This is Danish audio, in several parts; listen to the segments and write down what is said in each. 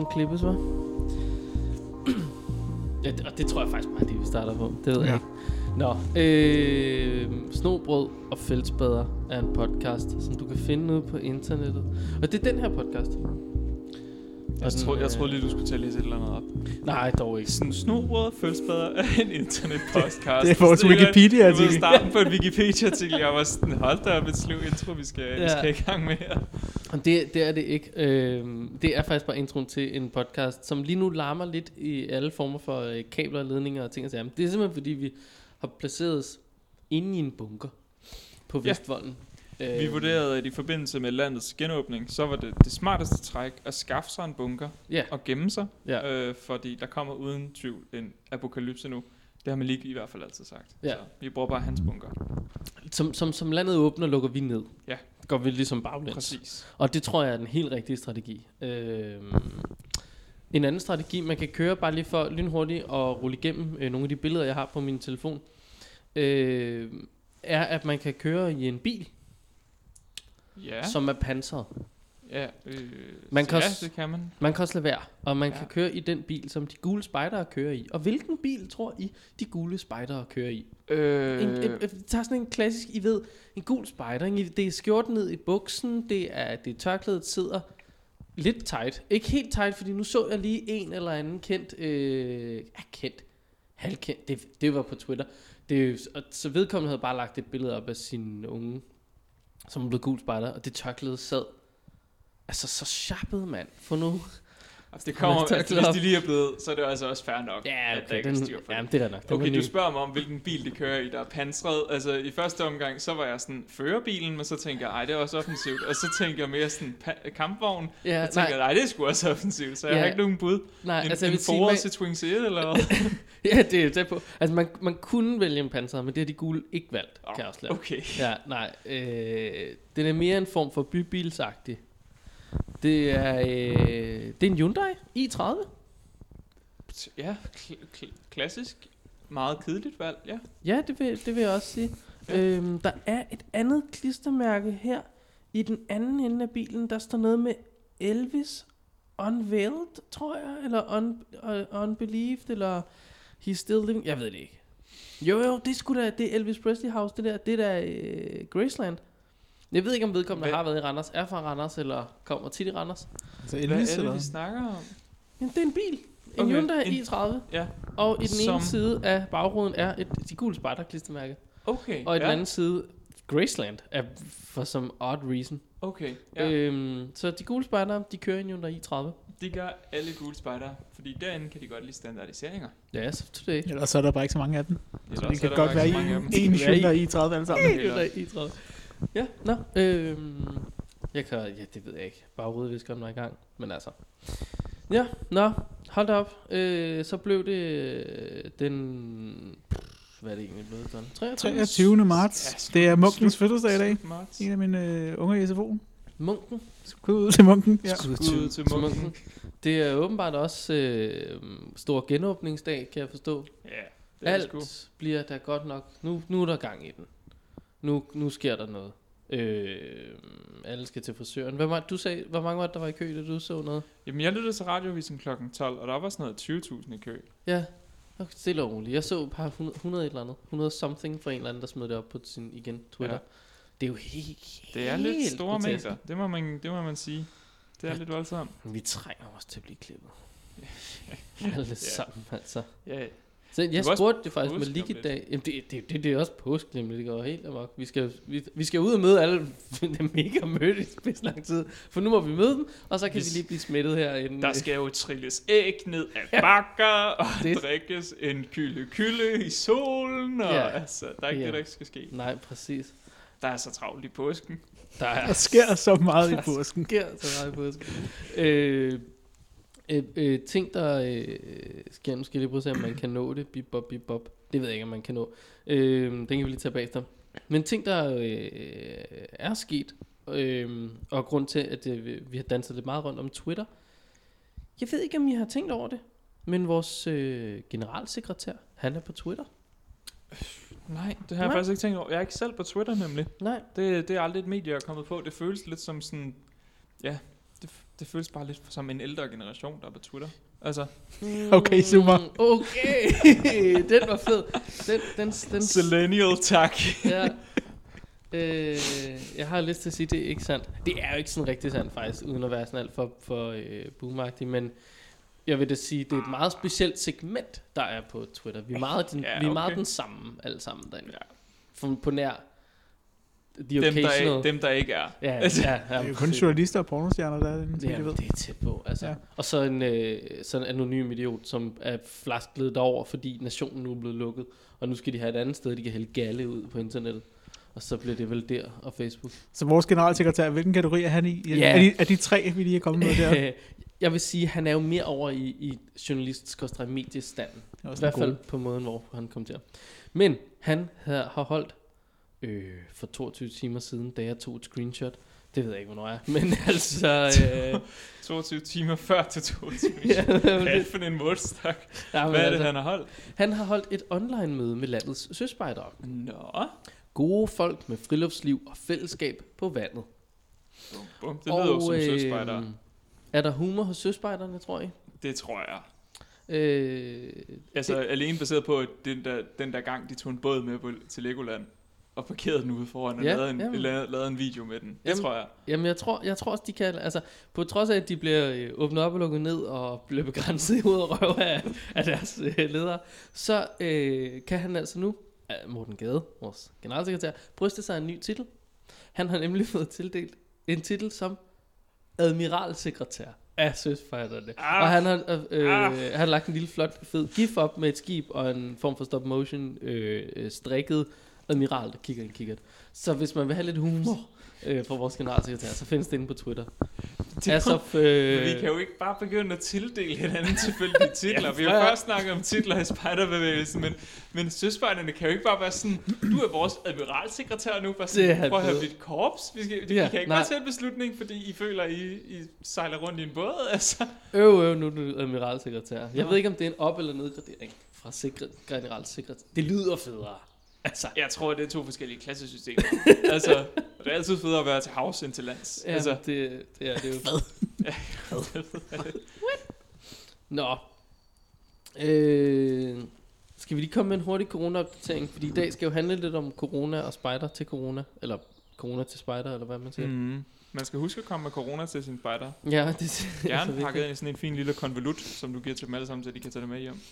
klippes, hva'? Ja, og det tror jeg faktisk bare, det vi starter på. Det ved jeg ikke. Nå, Snobrød og Fældsbader er en podcast, som du kan finde ude på internettet. Og det er den her podcast. Jeg troede lige, du skulle til at læse et eller andet op. Nej, dog ikke. Sådan Snobrød og Fældsbader er en internetpodcast. Det er vores Wikipedia-artikel. Jeg ved starten på et Wikipedia-artikel. Jeg var sådan, hold da op et sløv intro, vi skal i gang med her. Og det er det ikke. Det er faktisk bare introen til en podcast, som lige nu larmer lidt i alle former for kabler, ledninger og ting og sager. Det er simpelthen fordi, vi har placeret os inde i en bunker på Vestvolden. Vi vurderede, at i forbindelse med landets genåbning, så var det smarteste træk at skaffe sig en bunker og gemme sig. Fordi der kommer uden tvivl en apokalypse nu. Det har man lige i hvert fald altid sagt. Så vi bruger bare hans bunker. Som landet åbner, lukker vi ned. Ja. Går vi ligesom baglæns. Præcis. Og det tror jeg er den helt rigtige strategi. En anden strategi, man kan køre bare lige for lynhurtigt og rulle igennem nogle af de billeder, jeg har på min telefon, er, at man kan køre i en bil, som er pansret. Ja, det kan man. Man kan også lade være, og man kan køre i den bil, som de gule spejdere kører i. Og hvilken bil tror I, de gule spejdere kører i? Tager sådan en klassisk, I ved, en gul spejder. Det er skjorten ned i buksen, det er tørklædet sidder lidt tight. Ikke helt tight, fordi nu så jeg lige en eller anden halvkendt, det var på Twitter. Så vedkommende havde bare lagt et billede op af sin unge, som blev gul spejder, og det tørklæde sad. Altså så sharpet, mand. For nu. Altså det kommer, hvis de lige er blevet, så er det altså også fair nok, at der ikke er styr på det er nok. Okay, du spørger mig om, hvilken bil de kører i, der er pansret. Altså i første omgang, så var jeg sådan, førerbilen, men så tænkte jeg, det er også offensivt. Og så tænkte jeg mere sådan, kampvogn. Og tænkte jeg, det er sgu også offensivt, så jeg har ikke nogen bud. Nej, en Ford Citroën C1, eller hvad? Ja, det er det på. Altså man kunne vælge en panser, men det har de gule ikke valgt, kan jeg også lade. Okay. Ja, nej. Den er mere en form for bybilsagtig. Det er en Hyundai i30. Ja, klassisk. Meget kedeligt valg, ja. Ja, det vil jeg også sige. Der er et andet klistermærke her i den anden ende af bilen. Der står noget med Elvis Unveiled, tror jeg, eller Unbelieved, eller He's Still Living. Jeg ved det ikke. Jo, det er Elvis Presley House, det der Graceland. Jeg ved ikke, om vedkommende har været i Randers, er fra Randers, eller kommer tit i Randers. Altså Elvis, hvad er det, vi snakker om? Jamen, det er en bil. En Hyundai i30. Ja. Og i den ene side af bagruden er de gule spejderklistermærke. Okay. Og i den anden side, Graceland, er for some odd reason. Okay, ja. Så de gule spejdere, de kører en Hyundai i30. De gør alle gule spejdere, fordi derinde kan de godt lide standardiseringer. Ja, så today. Ellers er der bare ikke så mange af dem. Så det kan godt være en Hyundai i30 alle sammen. En Hyundai i30. Ja, det ved jeg ikke. Bare rødviskeren var i gang. Men altså. Ja, hold da op. Så blev det den... Hvad er det egentlig blevet? 23. marts. Det er Munkens fødselsdag i dag. En af mine unger i SFO'en. Munken. Skud ud til Munken. Ja. Skud ud til Munken. Det er åbenbart også stor genåbningsdag, kan jeg forstå. Ja, det er alt bliver da godt nok. Nu er der gang i den. Nu sker der noget. Alle skal til frisøren. Du sagde, hvor mange var der var i kø, da du så noget? Jamen jeg lyttede til radiovisen klokken 12, og der var sådan noget 20.000 i kø. Ja, okay, stille og roligt. Jeg så et par 100 et eller andet. 100 something for en eller anden, der smed det op på sin igen Twitter. Ja. Det er jo helt det er lidt store mængder. Det må man sige. Det er lidt voldsomt. Vi trænger også til at blive klippet. Alle sammen, altså. Ja. Så jeg spurgte det faktisk med lige i dag. Jamen det er også påske, nemlig. Det går helt amok. Vi skal ud og møde alle dem ikke har mødt i spids lang tid. For nu må vi møde dem, og så kan vi lige blive smittet herinde. Der skal jo trilles æg ned af bakker, og drikkes en kylde i solen, og altså, der er ikke det, der ikke skal ske. Nej, præcis. Der er så travlt i påsken. Der sker så meget i påsken. Ting der sker, nu skal jeg lige prøve at se om man kan nå det. Bip bop. Det ved jeg ikke om man kan nå. Den kan vi lige tage bagefter. Men ting der er sket, og grund til at vi har danset lidt meget rundt om Twitter. Jeg ved ikke om I har tænkt over det, men vores generalsekretær, han er på Twitter. Nej, det har jeg faktisk ikke tænkt over. Jeg er ikke selv på Twitter nemlig. Nej. Det er aldrig et medie, jeg er kommet på. Det føles lidt som sådan, ja, Det føles bare lidt som en ældre generation, der er på Twitter. Altså. Okay, super. Okay, den var fed. Den Selenial, tak. Ja. Jeg har lyst til at sige, det er ikke sandt. Det er jo ikke sådan rigtig sandt faktisk, uden at være sådan alt for boomagtig, men jeg vil da sige, det er et meget specielt segment, der er på Twitter. Vi er meget den samme, alle sammen derinde. Ja. På nær dem, der ikke er. Ja, det er jo kun journalister og pornostjerner, der er den. Ja, det er tæt på. Altså. Ja. Og så sådan en anonym idiot, som er flasklet derover, fordi Nationen nu er blevet lukket. Og nu skal de have et andet sted, de kan hælde galle ud på internettet. Og så bliver det vel der og Facebook. Så vores generalsekretær, hvilken kategori er han i? Er de tre, vi lige er kommet med der? Jeg vil sige, han er jo mere over i journalist-mediestanden. I hvert fald på måden, hvor han kom til. Men han har holdt for 22 timer siden, da jeg tog et screenshot. Det ved jeg ikke, hvornår er. Men altså 22 timer før til 22 screenshot. Hvad er det for en målstok? Hvad er det, han har holdt? Han har holdt et online møde med landets søspejdere. Nå. Gode folk med friluftsliv og fællesskab på vandet. Bum. Det lyder jo som søspejdere. Er der humor hos søspejderne, tror I? Det tror jeg. Alene baseret på den der gang, de tog en båd med til Legoland og parkerede den ude foran og lavede en video med den. Det tror jeg. Jamen, jeg tror også, de kan. Altså, på trods af, at de bliver åbnet op og lukket ned og bliver begrænset i hoved og røv af deres ledere, så kan han altså nu, Morten Gade, vores generalsekretær, bryste sig en ny titel. Han har nemlig fået tildelt en titel som admiralsekretær af søspejderne. Og han har lagt en lille flot fed gif op med et skib og en form for stop motion strikket admiral, der kigger i en kikkert. Så hvis man vil have lidt humor fra vores generalsekretær, så findes det inde på Twitter. Vi kan jo ikke bare begynde at tildele hinanden tilfældige titler. Vi har jo først snakket om titler i spejderbevægelsen, men søspejderne kan jo ikke bare være sådan, du er vores admiralsekretær nu, bare sådan, prøv at have dit korps. Vi kan ikke bare tage en beslutning, fordi I føler, I sejler rundt i en båd. Altså. Nu er du admiralsekretær. Jeg ved ikke, om det er en op- eller nedgradering fra generalsekretær. Det lyder federe. Altså. Jeg tror, det er 2 forskellige klassesystemer. Altså, det er altid federe at være til havs end til lands. Ja, altså. det er jo Nå. Skal vi lige komme med en hurtig corona-opdatering? Fordi i dag skal jo handle lidt om corona og spejder til corona. Eller corona til spejder, eller hvad man siger. Man skal huske at komme med corona til sin spejder. Ja, det er gerne pakket ind i sådan en fin lille konvolut, som du giver til dem alle sammen, så de kan tage det med hjem.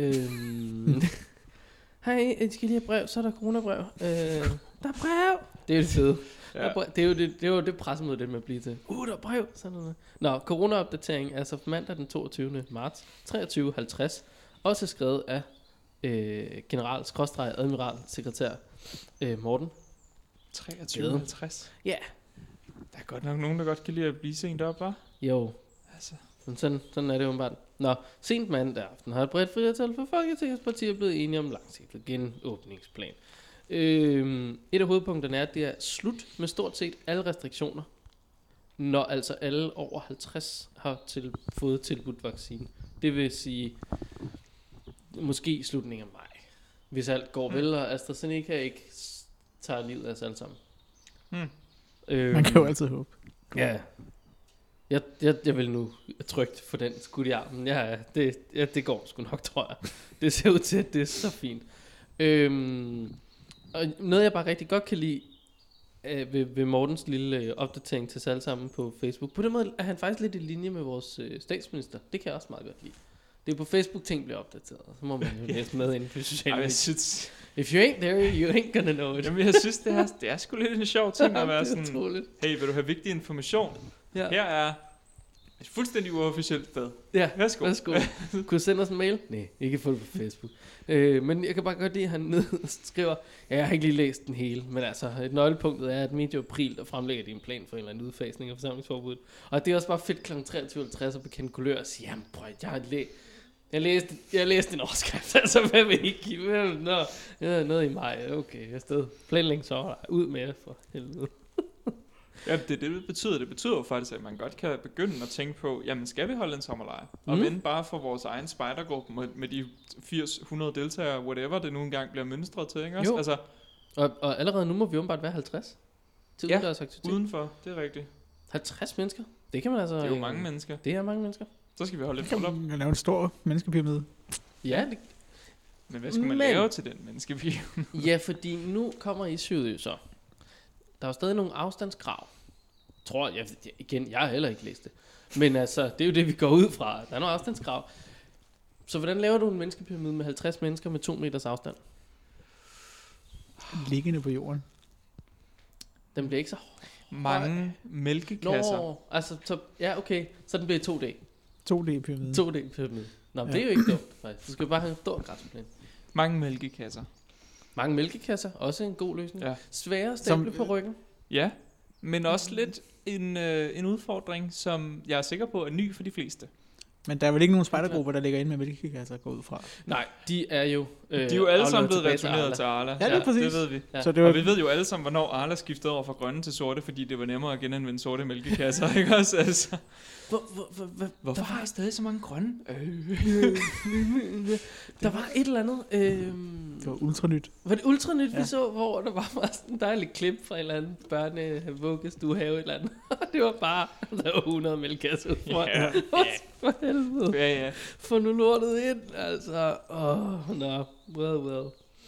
Hej, I skal lige have brev, så er der coronabrev. Der er brev! Det er jo det fede. Ja. Det er jo det pressemøde, det med at blive til. Der er brev! Sådan noget. Nå, corona-opdatering, altså mandag den 22. marts, 23.50. Også skrevet af general-admiral-sekretær Morten. 23.50? Ja. Der er godt nok nogen, der godt kan lide at blive sent op, hva'? Jo. Altså. Sådan er det jo bare. Nå, sent mandag aften har et bredt flertal for Folketingets partier blevet enige om langsigtet genåbningsplan. Et af hovedpunkterne er, at det er slut med stort set alle restriktioner, når altså alle over 50 har fået tilbudt vaccine. Det vil sige, måske i slutningen af maj. Hvis alt går vel, og AstraZeneca ikke tager livet af os alle sammen. Man kan jo altid håbe. Ja. Jeg vil nu trygt for den skud i armen. Det går sgu nok, tror jeg. Det ser ud til, at det er så fint. Og noget jeg bare rigtig godt kan lide ved Mortens lille opdatering til os alle sammen på Facebook. På den måde er han faktisk lidt i linje med vores statsminister. Det kan jeg også meget godt lide. Det er på Facebook, ting bliver opdateret. Så må man jo læse med inden for sociale medier. If you ain't there, you ain't gonna know it. Jamen, jeg synes, det er sgu lidt en sjov ting at være sådan, utroligt. Hey, vil du have vigtig information? Ja. Her er et fuldstændig uofficielt sted. Ja, værsgo. Kunne du sende os en mail? Nej, ikke få det på Facebook. Men jeg kan bare godt lide, at han skriver, jeg har ikke lige læst den hele, men altså, et nøglepunktet er, at medio april, der fremlægger de en plan for en eller anden udfasning af forsamlingsforbuddet. Og det er også bare fedt kl. 23.50 at bekende kulør og sige, jamen prøv, jeg læste en overskrift, altså hvad vil I give? Noget i maj, okay, afsted. Planlægning så, ud med det for helvede. Ja, det betyder. Det betyder jo faktisk, at man godt kan begynde at tænke på, jamen skal vi holde en sommerlejr? Og vende bare for vores egen spejdergruppe med de 80-100 deltagere, whatever det nu engang bliver mønstret til, ikke også? Jo. Altså, og allerede nu må vi jo bare være 50 til udendørsaktivitet. Udenfor, det er rigtigt. 50 mennesker? Det kan man altså... Det er jo mange mennesker. Det er mange mennesker. Så skal vi holde lidt hold op. lave en stor menneskepyramide. Ja, det... Men hvad skal man lave til den menneskepyramide? Ja, fordi nu kommer issueet jo så. Der er jo stadig nogle afstandskrav. Tror jeg, igen, jeg har heller ikke læst det. Men altså, det er jo det, vi går ud fra. Der er nogle afstandskrav. Så hvordan laver du en menneskepyramide med 50 mennesker med 2 meters afstand? Liggende på jorden. Den bliver ikke så... Mange mælkekasser. Nå, altså, så, ja, okay. Så den bliver 2D. 2D-pyramide. 2D-pyramide. Nå, det er jo ikke dumt, faktisk. Du skal bare have en stor græsplæne. Mange mælkekasser. Mange mælkekasser, også en god løsning. Ja. Svære stemple på ryggen. Ja, men også lidt en udfordring, som jeg er sikker på er ny for de fleste. Men der er vel ikke nogen spejdergrupper, der ligger inde med mælkekasser at gå ud fra? Nej, de er jo de er jo alle sammen blevet returneret til Arla. Ja, det er præcis. Det ved vi. Ja. Så det var... Og vi ved jo alle sammen, hvornår Arla skiftede over fra grønne til sorte, fordi det var nemmere at genanvende sorte mælkekasser, ikke også? Altså. Hvorfor har I stadig så mange grønne? Der var et eller andet... Det var ultranyt. Var det ultranyt, vi så, hvor der var bare sådan en dejlig klip fra en eller anden børnevuggestue have et eller andet. Det var bare, der var 100 mælkekasser ud fra. Ja. For helvede. Ja. Få nu lortet ind, altså. Well.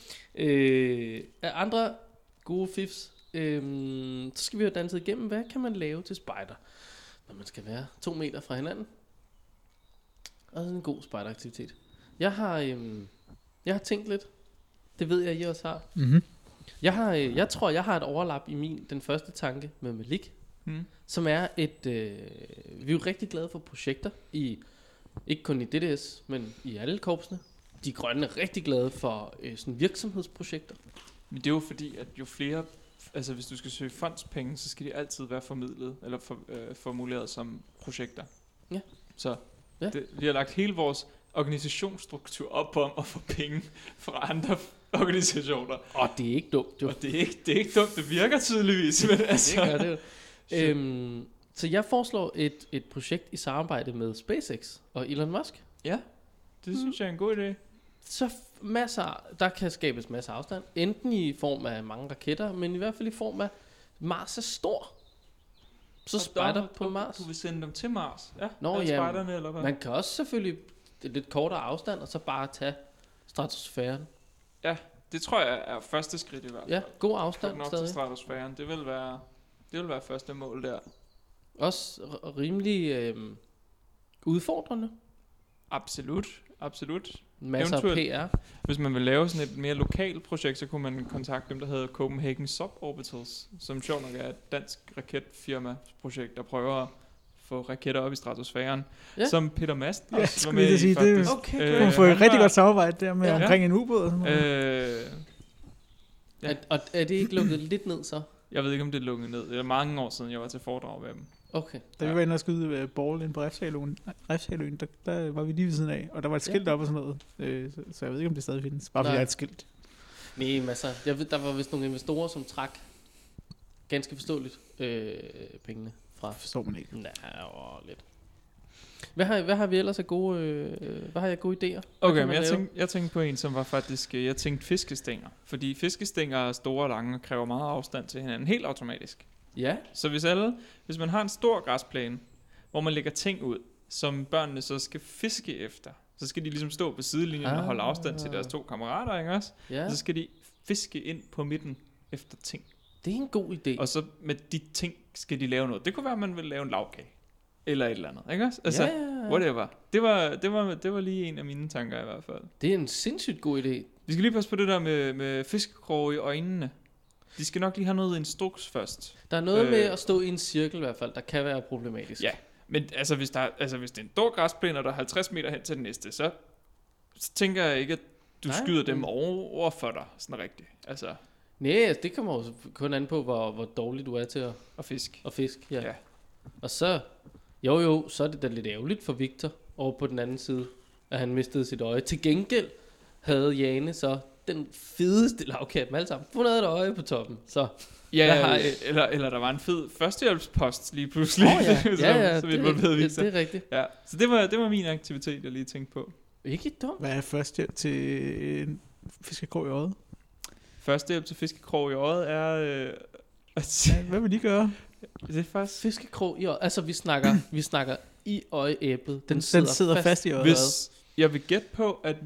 Andre gode fifs. Så skal vi jo danse igennem, hvad kan man lave til spejder, når man skal være 2 meter fra hinanden. Og sådan en god spejderaktivitet. Jeg har tænkt lidt. Det ved jeg, I også har. Mm-hmm. Jeg tror, jeg har et overlap i den første tanke med Malik. Som er vi er jo rigtig glade for projekter ikke kun i DDS, men i alle korpsene. De grønne er rigtig glade for sådan virksomhedsprojekter. Men det er jo fordi, at jo flere, altså hvis du skal søge fondspenge, så skal de altid være formidlet, eller formuleret som projekter. Ja. Så vi har lagt hele vores organisationsstruktur op om at få penge fra andre organisationer. Det er ikke dumt, jo. Og det er ikke dumt, det virker tydeligvis. Men altså. Det gør det jo. Så jeg foreslår et projekt i samarbejde med SpaceX og Elon Musk. Ja, det synes jeg er en god idé. Så der kan skabes masser af afstand. Enten i form af mange raketter, men i hvert fald i form af Mars er stor. Så spejder på Mars. Du vil sende dem til Mars? Ja, spejderne, eller hvad? Man kan også selvfølgelig lidt kortere afstand, og så bare tage stratosfæren. Ja, det tror jeg er første skridt i hvert fald. Ja, god afstand nok stadig. Til stratosfæren. Det vil være første mål der. Også rimelig udfordrende. Absolut. Masser af PR. Hvis man vil lave sådan et mere lokalt projekt, så kunne man kontakte dem, der hedder Copenhagen Suborbitals, som sjovt nok er et dansk raketfirma-projekt, der prøver at få raketter op i stratosfæren, som Peter Madsen også var med i, faktisk. Okay, man får et rigtig godt samarbejde der med omkring en ubåd. Og er det ikke lukket lidt ned så? Jeg ved ikke, om det er lukket ned. Det er mange år siden, jeg var til foredrag ved dem. Okay. Da vi var inde og skyde ball ind på Refshaløen, der var vi lige ved siden af, og der var et skilt op og sådan noget, så jeg ved ikke, om det stadig findes, bare fordi jeg er et skilt. Nej, men altså, jeg ved, der var vist nogle investorer, som trak ganske forståeligt pengene fra. Forstår man ikke. Nej, lidt. Hvad har vi ellers af gode, hvad har jeg gode idéer? Okay, men jeg tænkte på en, som var faktisk, jeg tænkte fiskestænger, fordi fiskestænger er store og lange og kræver meget afstand til hinanden, helt automatisk. Ja. Så hvis man har en stor græsplæne, hvor man lægger ting ud, som børnene så skal fiske efter, så skal de ligesom stå på sidelinjen og holde afstand til deres 2 kammerater, ikke også? Ja. Så skal de fiske ind på midten efter ting. Det er en god idé. Og så med de ting skal de lave noget. Det kunne være, at man ville lave en lavkage. Eller et eller andet, ikke også? Altså, whatever. Det var lige en af mine tanker i hvert fald. Det er en sindssygt god idé. Vi skal lige passe på det der med fiskekroge i øjnene. De skal nok lige have noget instruks først. Der er noget med at stå i en cirkel i hvert fald, der kan være problematisk. Ja, men altså hvis det er en stor græsplæne, og der er 50 meter hen til den næste, så tænker jeg ikke, at du skyder dem over for dig, sådan rigtigt. Altså. Nej, altså, det kommer jo kun an på, hvor dårlig du er til at fiske. Ja. Og så, så er det da lidt ærgerligt for Victor over på den anden side, at han mistede sit øje. Til gengæld havde Jane så den fedeste lavkage med alle sammen. Hun havde et øje på toppen, så... Ja, eller der var en fed førstehjælpspost lige pludselig. Så det er rigtigt. Ja, så det var min aktivitet, jeg lige tænkte på. Ikke dumt. Hvad er førstehjælp til en fiskekrog i øjet? Førstehjælp til fiskekrog i øjet er... hvad vil de gøre? Det er faktisk... Fiskekrog i øjet. Altså, vi snakker i øjeæblet. Den sidder fast i øjet. Jeg vil gætte på, at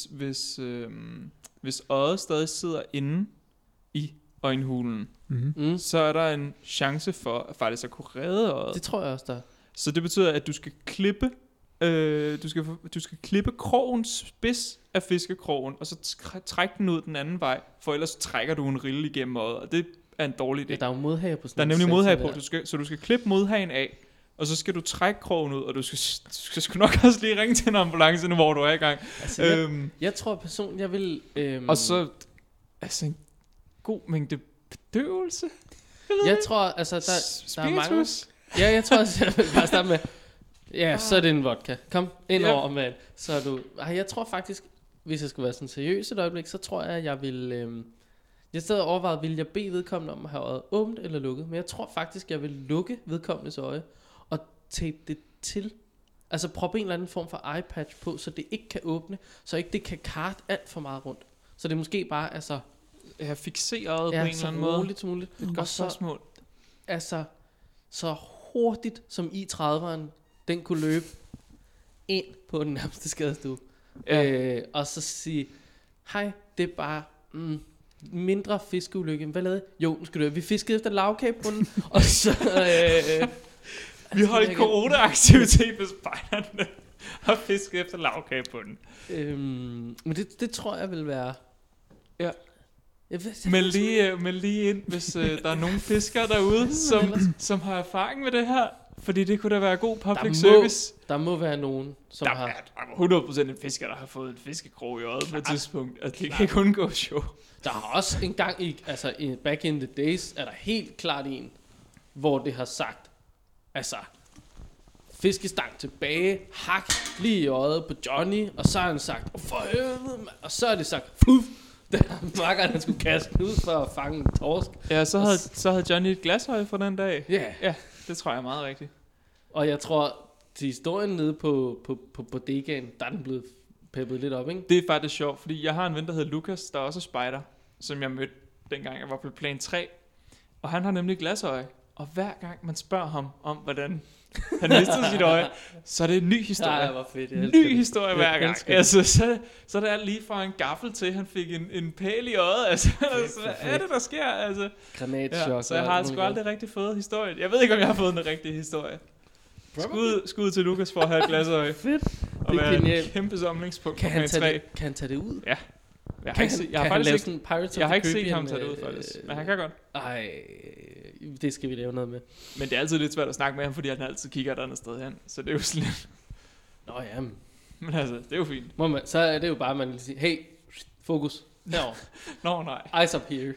hvis øjet stadig sidder inde i øjenhulen, så er der en chance for at faktisk at kunne redde øjet. Det tror jeg også, der. Så det betyder, at du skal klippe du skal klippe krogens spids af fiskekrogen, og så trække den ud den anden vej, for ellers trækker du en rille igennem øjet, og det er en dårlig idé. Ja, der er jo modhage på sådan. Der er nemlig modhage på, så du skal klippe modhagen af, og så skal du trække krogen ud, og du skal sgu nok også lige ringe til en ambulance nu, hvor du er i gang. Altså, jeg tror personligt, jeg vil... Og så altså en god mængde bedøvelse. Jeg tror, altså, der er mange... Ja, jeg tror også, jeg vil bare starte med... Ja, så er det en vodka. Kom ind over, mand. Så er du... Jeg tror faktisk, hvis jeg skal være sådan seriøs et øjeblik, så tror jeg, jeg vil... Jeg stadig overvejet, vil jeg bede vedkommende om at have øjet åbent eller lukket. Men jeg tror faktisk, jeg vil lukke vedkommendes øje og tape det til. Altså proppe en eller anden form for eye patch på, så det ikke kan åbne, så ikke det kan karte alt for meget rundt. Så det måske bare altså... Jeg fixeret på en eller anden måde. Roligt som muligt. Et godt spørgsmål. Altså, så hurtigt som i-30'eren, den kunne løbe ind på den nærmeste skadestue. Ja. Og så sige, hej, det er bare mindre fiskeulykke. Hvad lavede? Jo, nu skal du høre, vi fiskede efter lavkagebunden, og så... vi holdt corona-aktivitet med spejderne og fiskede efter lavkagebunden. Men det tror jeg vil være... Ja. Meld lige ind, hvis der er nogle fiskere derude, som har erfaring med det her. Fordi det kunne da være god public service. Der må være nogen, som der har... Der er 100% en fisker, der har fået en fiskekrog i øjet på et tidspunkt. Altså, det kan ikke undgå show. Der har også en gang back in the days, er der helt klart en, hvor det har sagt, altså, fiskestang tilbage, hak lige i øjet på Johnny, og så har han sagt, for helvede, man. Og så er det sagt, fuff, da makkeren han skulle kaste den ud for at fange en torsk. Ja, så havde Johnny et glasøje for den dag. Ja, det tror jeg er meget rigtigt. Og jeg tror, til historien nede på bodegaen, der er den blevet peppet lidt op, ikke? Det er faktisk sjovt, fordi jeg har en ven, der hedder Lukas, der er også spejder, som jeg mødte dengang jeg var på plan 3. Og han har nemlig glasøje. Og hver gang man spørger ham om, hvordan han mistede sit øje, så er det en ny historie. Nej, hvor fedt. Ny historie hver gang. Altså, så er det alt lige fra en gaffel til, han fik en pæl i øjet. Altså, så er det, der sker. Altså. Granatchok. Ja, så jeg har sgu aldrig rigtig fået historien. Jeg ved ikke, om jeg har fået den rigtige historie. Skud til Lukas for at have et glasøje. Fedt. Og være en kæmpe samlingspunkt på plan 3. Kan han tage det ud? Ja. Jeg har ikke set ham tage det ud, faktisk. Men han kan godt. Ej, det skal vi lave noget med. Men det er altid lidt svært at snakke med ham, fordi han altid kigger et andet sted hen. Så det er jo sådan lidt... Nå ja. Men altså, det er jo fint. Så er det jo bare, man vil sige, hey, fokus. Herovre. Nå, nej. Eyes up here.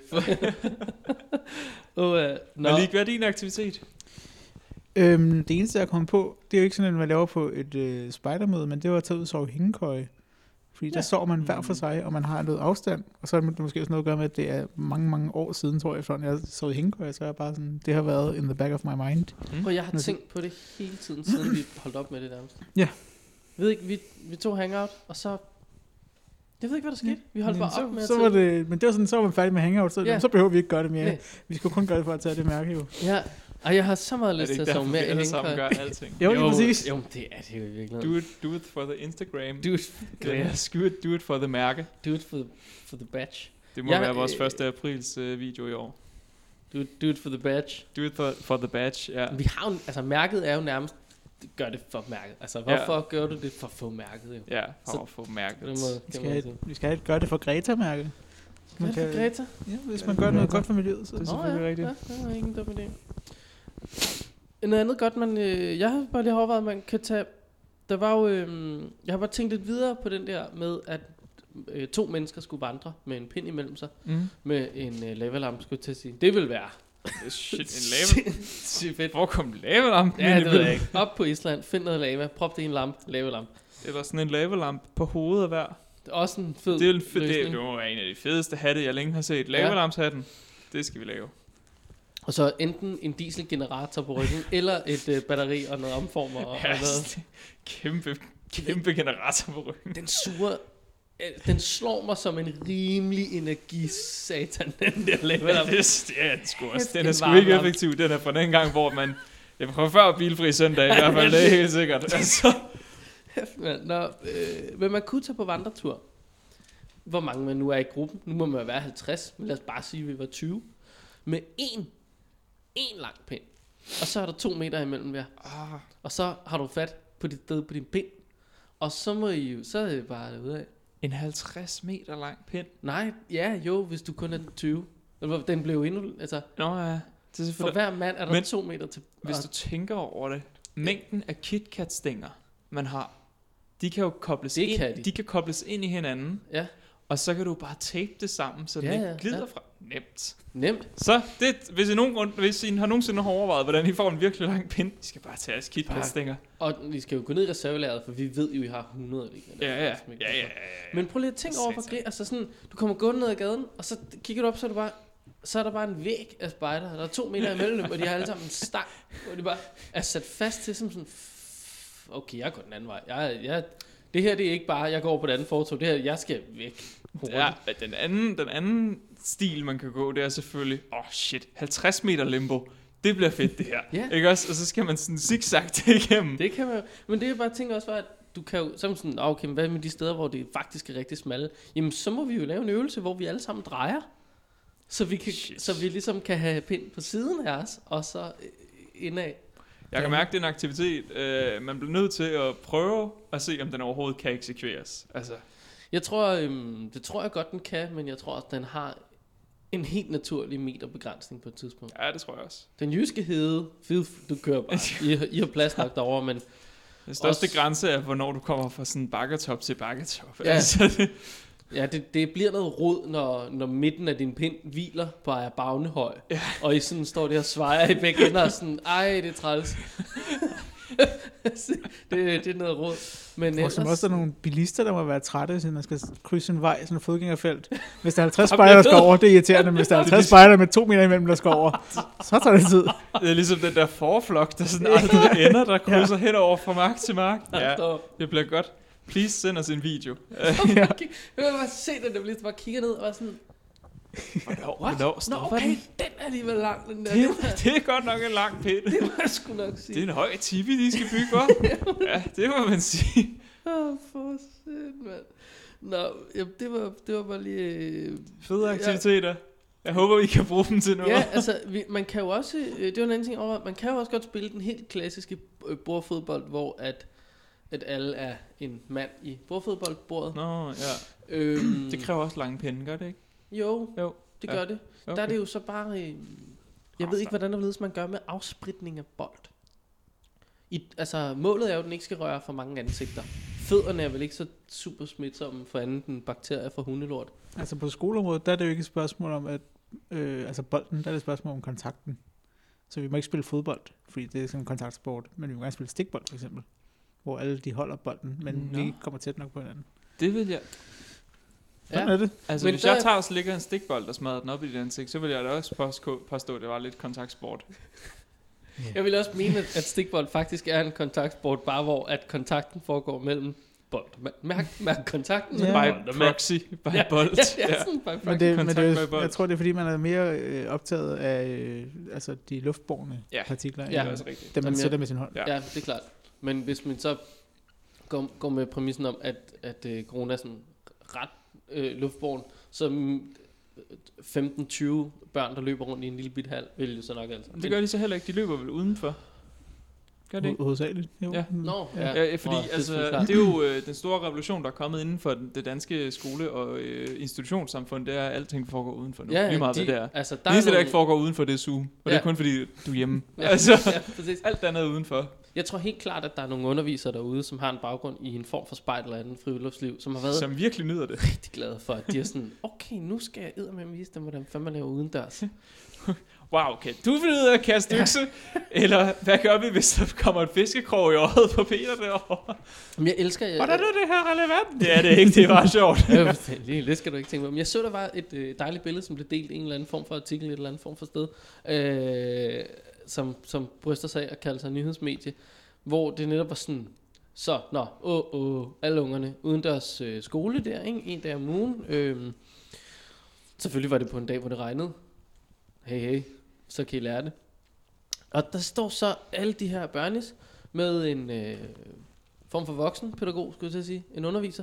Malik, hvad er din aktivitet? Det eneste, jeg kom på, det er jo ikke sådan, at man laver på et spejdermøde, men det var at tage ud og sove i hængekøje. Fordi der står man hver for sig, og man har noget afstand. Og så er det måske også noget at gøre med, at det er mange, mange år siden, tror jeg, før jeg så i hængekøje, så er jeg bare sådan, det har været in the back of my mind. Og jeg har tænkt på det hele tiden, siden vi holdt op med det nærmest. Ja. Jeg ved ikke, vi tog hangout, og så... Jeg ved ikke, hvad der skete. Vi holdt bare op med så var det, men det var sådan, så var man færdig med hangout, så behøver vi ikke gøre det mere. Nej. Vi skulle kun gøre det for at tage det mærke, jo. Ja. Og jeg har så meget lyst til at sove mere i hængekøje. Gør alting. Jo, præcis. Jo, det er det jo i virkeligheden. Do it for the Instagram. Do it for the mærke. Do it for the badge. Det må være vores 1. aprils video i år. Do it for the badge. Do it for the badge, ja. Vi har jo, altså mærket er jo nærmest, gør det for mærket. Altså hvorfor gør du det for at få mærket? Jo? Ja, for at få mærket. Vi skal gøre det for Greta-mærket. Hvad for Greta? Ja, hvis man gør noget godt for miljøet, så det er selvfølgelig rigtigt. Ja, det er ikke en dum idé. Noget andet godt, jeg har bare lige overvejet, man kan tage... Der var jo... jeg har bare tænkt lidt videre på den der med, at 2 mennesker skulle vandre med en pind imellem sig, med en lavalampe, skulle jeg til at sige. Det vil være... Shit, en lava? Hvor kom lavalampen? Ja, det ved jeg ikke. Op på Island, find noget lava, prop det i en lavalampe. Eller sådan en lavalampe på hovedet af hver. Det er også en fed løsning. Det er en af de fedeste hatte, jeg længe har set. Lavalampshatten, det skal vi lave. Og så enten en dieselgenerator på ryggen, eller et batteri og noget omformer. Og noget. Kæmpe generator på ryggen. Den suger Den slår mig som en rimelig energisatan, den der level. Ja, det er den sgu også. Den er sgu ikke effektiv. Den er fra den gang, hvor man... Jeg prøver før bilfri søndag i hvert fald, det er helt sikkert. Altså. Men man kunne tage på vandretur. Hvor mange man nu er i gruppen. Nu må man være 50, men lad os bare sige, at vi var 20. Med en lang pind. Og så er der 2 meter imellem hver. Og så har du fat på dit sted på din pind. Og så må I jo, så er det bare derude af. En 50 meter lang pind? Nej, ja, jo, hvis du kun er 20. Den blev endnu, altså... Nå ja. For hver mand er der 2 meter til... Hvis du tænker over det, mængden af KitKat-stænger, man har, de kan jo kobles ind, de kan kobles ind i hinanden. Ja. Og så kan du bare tape det sammen, så den ikke glider fra. Nemt. Så det, hvis I har nogensinde overvejet, hvordan I får en virkelig lang pind, I skal bare tage jeres KitKat-stænger. Og vi skal jo gå ned i reservelageret, for vi ved jo, I har 100 liggende. Ja. Men prøv lige at tænke over, hvor altså sådan, du kommer gående ned ad gaden, og så kigger du op, så er der bare en væg af spejder. Der er 2 meter imellem dem, og de har alle sammen en stang, hvor de bare er sat fast til som sådan, okay, jeg går den anden vej. Det her, det er ikke bare, jeg går på det andet fortog, det her, jeg skal væk. Ja, den anden stil, man kan gå, det er selvfølgelig, 50 meter limbo. Det bliver fedt, det her. Ja. Ikke også? Og så skal man sådan zigzag det igennem. Det kan man jo. Men det er bare tænker også, at du kan jo sådan, okay, hvad med de steder, hvor det faktisk er rigtig smalle? Jamen, så må vi jo lave en øvelse, hvor vi alle sammen drejer. Så vi ligesom kan have pind på siden af os, og så indad. Jeg kan mærke, det er en aktivitet, man bliver nødt til at prøve at se, om den overhovedet kan eksekveres. Altså. Jeg tror, det tror jeg godt, den kan, men jeg tror også, den har en helt naturlig meterbegrænsning på et tidspunkt. Ja, det tror jeg også. Den jyske hede, du kører bare. I har plads nok derovre, men... Den største grænse er, hvornår du kommer fra sådan bakketop til bakketop. Ja. Altså, Ja, det bliver noget rod, når midten af din pind hviler på Ejer Bagnehøj. Ja. Og I sådan står der og svejer i begge ender og sådan, ej, det er træls. det er noget rod. Men og ellers... som også er nogle bilister, der må være trætte, hvis man skal krydse en vej, sådan et fodgængerfelt. Hvis der er 50 spejder, der skal over, det er irriterende. Hvis der er 50 spejder med 2 meter imellem, der skal over, så tager det tid. Det er ligesom den der forflok, der sådan aldrig ender, der krydser henover fra mark til mark. Ja, det bliver godt. Please send os en video. Jeg vil bare se den, der bliver bare kigger ned og var sådan... Hvornår stopper okay, den er alligevel lang, den der. Det er godt nok en lang pind. Det må jeg sgu nok sige. Det er en høj tipi, de skal bygge for. Ja, det må man sige. For sygt, mand. Nå, det var bare lige... Fede aktiviteter. Jeg håber, vi kan bruge dem til noget. Ja, altså, man kan jo også... Det var en anden ting over, man kan jo også godt spille den helt klassiske bordfodbold, hvor at alle er en mand i bordfodboldbordet. Nå, ja. Det kræver også lange pinde, gør det ikke? Jo, det gør det. Okay. Der er det jo så bare... jeg ved ikke, hvordan man gør med afspritning af bold. Altså, målet er jo, at den ikke skal røre for mange ansigter. Fødderne er vel ikke så super smitsomme for andet end bakterier fra hundelort. Altså på skoleområdet, der er det jo ikke et spørgsmål om, at altså bolden, der er det et spørgsmål om kontakten. Så vi må ikke spille fodbold, fordi det er sådan en kontaktsport. Men vi må gerne spille stikbold, for eksempel. Hvor alle de holder bolden, men vi kommer tæt nok på hinanden. Det vil jeg... Sådan er det. Altså, hvis jeg tager og slikker en stikbold og smadrer den op i dit ansigt, så vil jeg da også påstå, at det var lidt kontaktsport. Jeg vil også mene, at stikbold faktisk er en kontaktsport, bare hvor at kontakten foregår mellem bold. Mærk kontakten med bold. By proxy, by bold. Ja, sådan by proxy. Men jeg tror, det er fordi, man er mere optaget af altså de luftbårne partikler. Ja, det er også rigtigt. Dem man sætter med sin hånd. Ja, det er klart. Men hvis man så går med præmissen om, at corona er sådan ret luftbåren, så 15-20 børn, der løber rundt i en lille bit hal, vil jo så nok altså. Det gør de så heller ikke. De løber vel udenfor. Gør det ikke? Hovedsageligt. Jo. Ja. Fordi det er jo den store revolution, der er kommet inden for det danske skole- og institutionssamfund, det er, at alting foregår udenfor nu. Lige meget det der. Altså, det eneste, der ikke foregår udenfor, det er Zoom. Og det er kun fordi, du er hjemme. Præcis. Alt andet er udenfor. Jeg tror helt klart, at der er nogle undervisere derude, som har en baggrund i en form for spejl eller anden friluftsliv, som har været som virkelig nyder det. Rigtig glade for, at de er sådan, okay, nu skal jeg eddermame vise dem, hvordan fanden man laver udendørs. Wow, kan du finde ud af at kaste økse? Eller hvad gør vi, hvis der kommer en fiskekrog i øjet på Peter derovre? Men jeg elsker... Hvordan er det her relevant? Det er det ikke, det er bare sjovt. Det skal du ikke tænke på. Men jeg så, der var et dejligt billede, som blev delt i en eller anden form for artikel, et eller andet form for sted, som bryster sig af at kalde sig nyhedsmedie, hvor det netop var sådan Så, alle ungerne uden deres skole der, ikke? En dag om ugen. Selvfølgelig var det på en dag, hvor det regnede. Hey, så kan I lære det. Og der står så alle de her børnis med en form for voksenpædagog, skulle jeg til at sige, en underviser.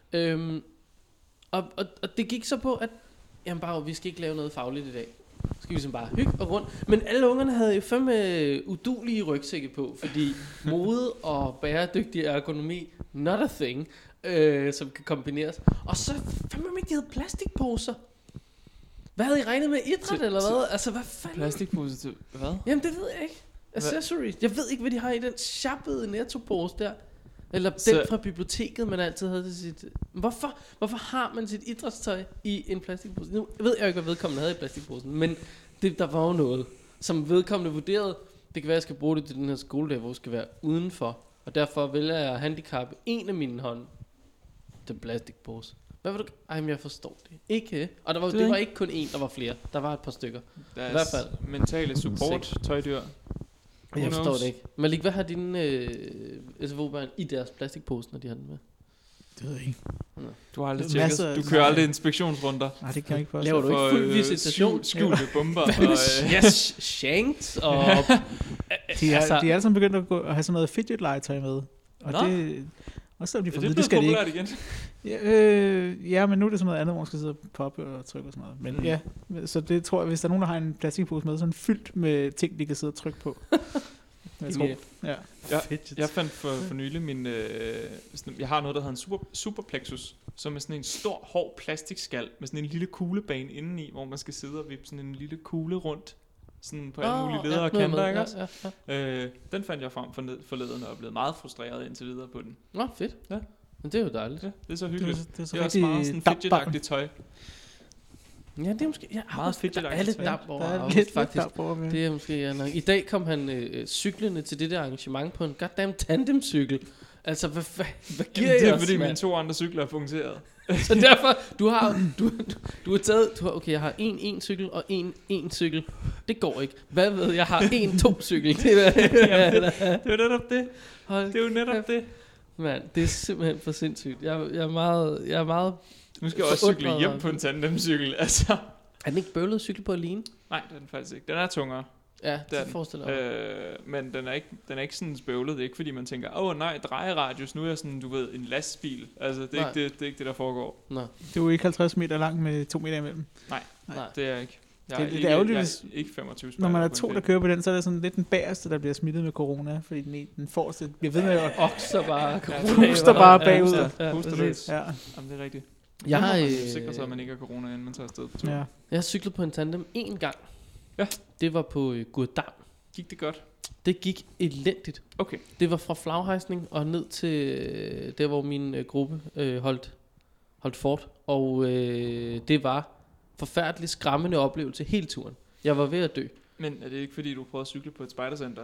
Og det gik så på, at jamen bare, vi skal ikke lave noget fagligt i dag. Så skal vi sådan bare hygge og rundt. Men alle ungerne havde jo fandme udulige rygsække på, fordi mode og bæredygtig ergonomi, not a thing, som kan kombineres. Og så fandme ikke, de havde plastikposer. Hvad havde I regnet med, idræt eller hvad? Altså hvad fanden? Plastikposer til hvad? Jamen det ved jeg ikke. Accessories. Jeg ved ikke, hvad de har i den sjappede Netto-pose der. Eller den fra biblioteket, man altid havde til sit... Hvorfor har man sit idrætstøj i en plastikpose? Nu ved jeg ikke, hvad vedkommende havde i plastikposen, men der var jo noget, som vedkommende vurderede. Det kan være, at jeg skal bruge det til den her skoledag, hvor jeg skal være udenfor. Og derfor vælger jeg at handicappe en af mine hånd til plastikpose. Hvad var det? Ej, men jeg forstår det ikke. Og det var ikke kun én, der var flere. Der var et par stykker. I hvert fald. Mentale support, tøjdyr. Jeg forstår det ikke. Malik, hvad har dine SFO-børn i deres plastikpose, når de har den med? Det ved jeg ikke. Du har aldrig tjekket. Du kører aldrig inspektionsrunder. Nej, det kan jeg ikke forstå. Laver du ikke fuld visitation? Skjulte bomber. Yes, shanks og... De er alle sammen begyndt at have sådan noget fidget-legetøj med. Og det... Også selvom de får det skal det ikke. Igen? Ja, men nu er det sådan noget andet, hvor man skal sidde og poppe og trykke og sådan noget. Men ja, så det tror jeg, hvis der er nogen, der har en plastikpose med, sådan fyldt med ting, de kan sidde og trykke på. Jeg tror. Ja. Jeg fandt for nylig min... jeg har noget, der hedder en superplexus, som er sådan en stor, hård plastikskal med sådan en lille kuglebane indeni, hvor man skal sidde og vippe sådan en lille kugle rundt. Sådan på alle mulige ledere og kanter, ikke også? Ja. Den fandt jeg frem forleden og er blevet meget frustreret indtil videre på den. Nå, fedt. Ja. Men det er jo dejligt. Ja, det er så hyggeligt. Det er også meget sådan fidget-agtigt tøj. Ja, det er måske... meget fidget-agtigt. Alle damp over faktisk. Det er måske... I dag kom han cyklende til det der arrangement på en goddamn tandemcykel. Altså, hvad giver jeg? Det er fordi mine 2 andre cykler er punkteret. Så derfor, du har taget... Okay, jeg har en cykel og en cykel. Det går ikke. Hvad ved jeg? har 1-2 cykel. Det er jo netop det. Det er jo netop det. Man, det er simpelthen for sindssygt. Jeg er meget nu skal jeg også cykle hjem på en tandemcykel. Altså. Er den ikke bøvlet at cykle på alene? Nej, det er den faktisk ikke. Den er tungere. Ja, det forestiller jeg. Men den er ikke sådan bøvlet. Det er ikke fordi man tænker, nej, drejeradius, nu er jeg sådan, du ved, en lastbil. Altså, det er ikke det, der foregår. Nej. Det er jo ikke 50 meter lang med 2 meter imellem. Nej, det er ikke. Jeg er ærgerligt, ikke 25 når man er 2, der kører på den, så er det sådan lidt den bagerste, der bliver smittet med corona, fordi den forreste bliver ved med at okser bare. Puster bare bagud. Puster løs. Ja. Jamen, det er rigtigt. Jeg har sikret sig, at man ikke har corona, inden man tager afsted på tur. Ja. Jeg har cyklet på en tandem 1 gang. Ja. Det var på Gurdam. Gik det godt? Det gik elendigt. Okay. Det var fra flaghejsning og ned til der, hvor min gruppe holdt fort. Og det var forfærdelig skræmmende oplevelse hele turen. Jeg var ved at dø. Men er det ikke fordi, du prøvede at cykle på et spejdercenter?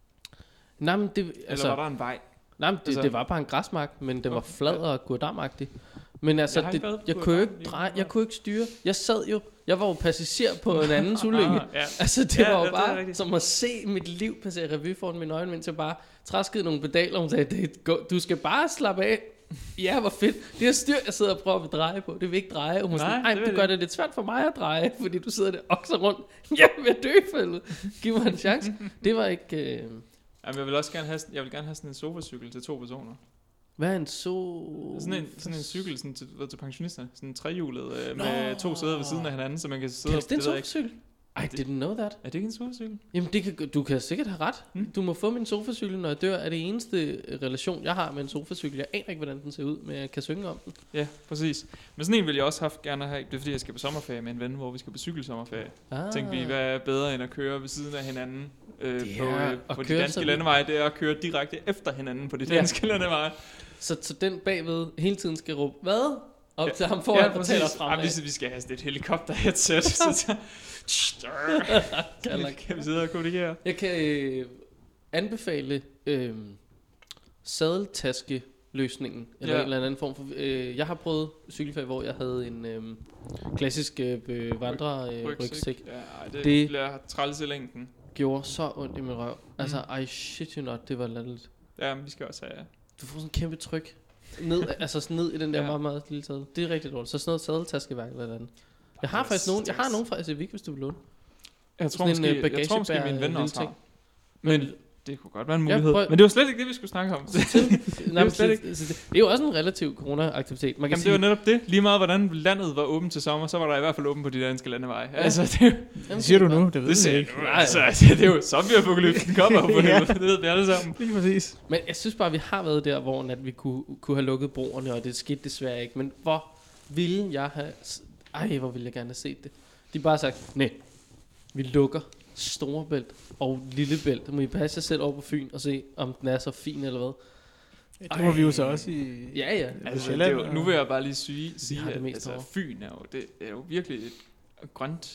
Nej, men det... Eller var der en vej? Nej, men det var bare en græsmark, men den var flad og Gurdam-agtig. Men altså, jeg kunne ikke dreje, jeg kunne ikke styre. Jeg var jo passager på en anden ulykke. Altså, det var jo bare som at se mit liv passere revy foran mine øjne, mens jeg bare træskede nogle pedaler, og sagde, du skal bare slappe af. Ja, hvor fedt. Det er styr, jeg sidder og prøver at dreje på. Det vil ikke dreje. Og nej, du gør det lidt svært for mig at dreje, fordi du sidder der okser rundt. Jeg vil dø, fældet. Giv mig en chance. Det var ikke... Jamen, jeg vil også gerne have sådan en sofacykel til 2 personer. Hvad er en sådan en cykel sådan til pensionister. Sådan en trehjulet med 2 sæder ved siden af hinanden, så man kan sidde... Det er en sofacykel? I didn't know that. Er det ikke en sofacykel? Jamen, du kan sikkert have ret. Du må få min sofacykel, når jeg dør. Er det eneste relation, jeg har med en sofacykel. Jeg aner ikke, hvordan den ser ud, men jeg kan synge om den. Ja, præcis. Men sådan en vil jeg også gerne have. Det er fordi, jeg skal på sommerferie med en ven, hvor vi skal på cykelsommerferie. Tænkte vi, hvad er bedre end at køre ved siden af hinanden på de danske landeveje? Det er at køre direkte efter hinanden på de danske landeveje. Så den bagved hele tiden skal råbe, hvad? Op til ham foran fortæller fremad. Vi skal have sådan et helikopter-headset. Kan vi sidde og kommunikere? Jeg kan anbefale sadeltaske-løsningen, eller en eller anden form for... jeg har prøvet cykelferie, hvor jeg havde en klassisk vandrer-rygsæk. Det bliver træls i længden. Gjorde så ondt i min røv. Altså, I shit you not, det var latterligt. Ja, men vi skal også have Du får sådan en kæmpe tryk ned, altså sådan ned i den der meget, meget lille sadel. Det er rigtig dårligt. Så sådan noget sadeltaskeværk eller andet. Jeg har nogen fra SEVIC, hvis du vil låne. Jeg tror måske min ven også har. Men det kunne godt være en mulighed. Men det var slet ikke det, vi skulle snakke om. Det er jo også en relativ corona-aktivitet. Jamen det var netop det. Lige meget hvordan landet var åbent til sommer, så var der i hvert fald åbent på de danske landeveje. Altså, det siger du nu, det ved jeg ikke. Altså, det er jo zombie-apokalypsen kommer på det. Det ved vi alle sammen. Lige præcis. Men jeg synes bare, vi har været der, hvor at vi kunne have lukket broerne, og det skete desværre ikke. Men hvor ville jeg have... hvor ville jeg gerne have set det. De bare sagt, nej, vi lukker Storebælt og Lillebælt. Må I passe jer selv over på Fyn og se, om den er så fin eller hvad. Det må vi jo så også i... Ja. Altså, det er jo, nu vil jeg bare lige sige at altså, Fyn det er jo virkelig et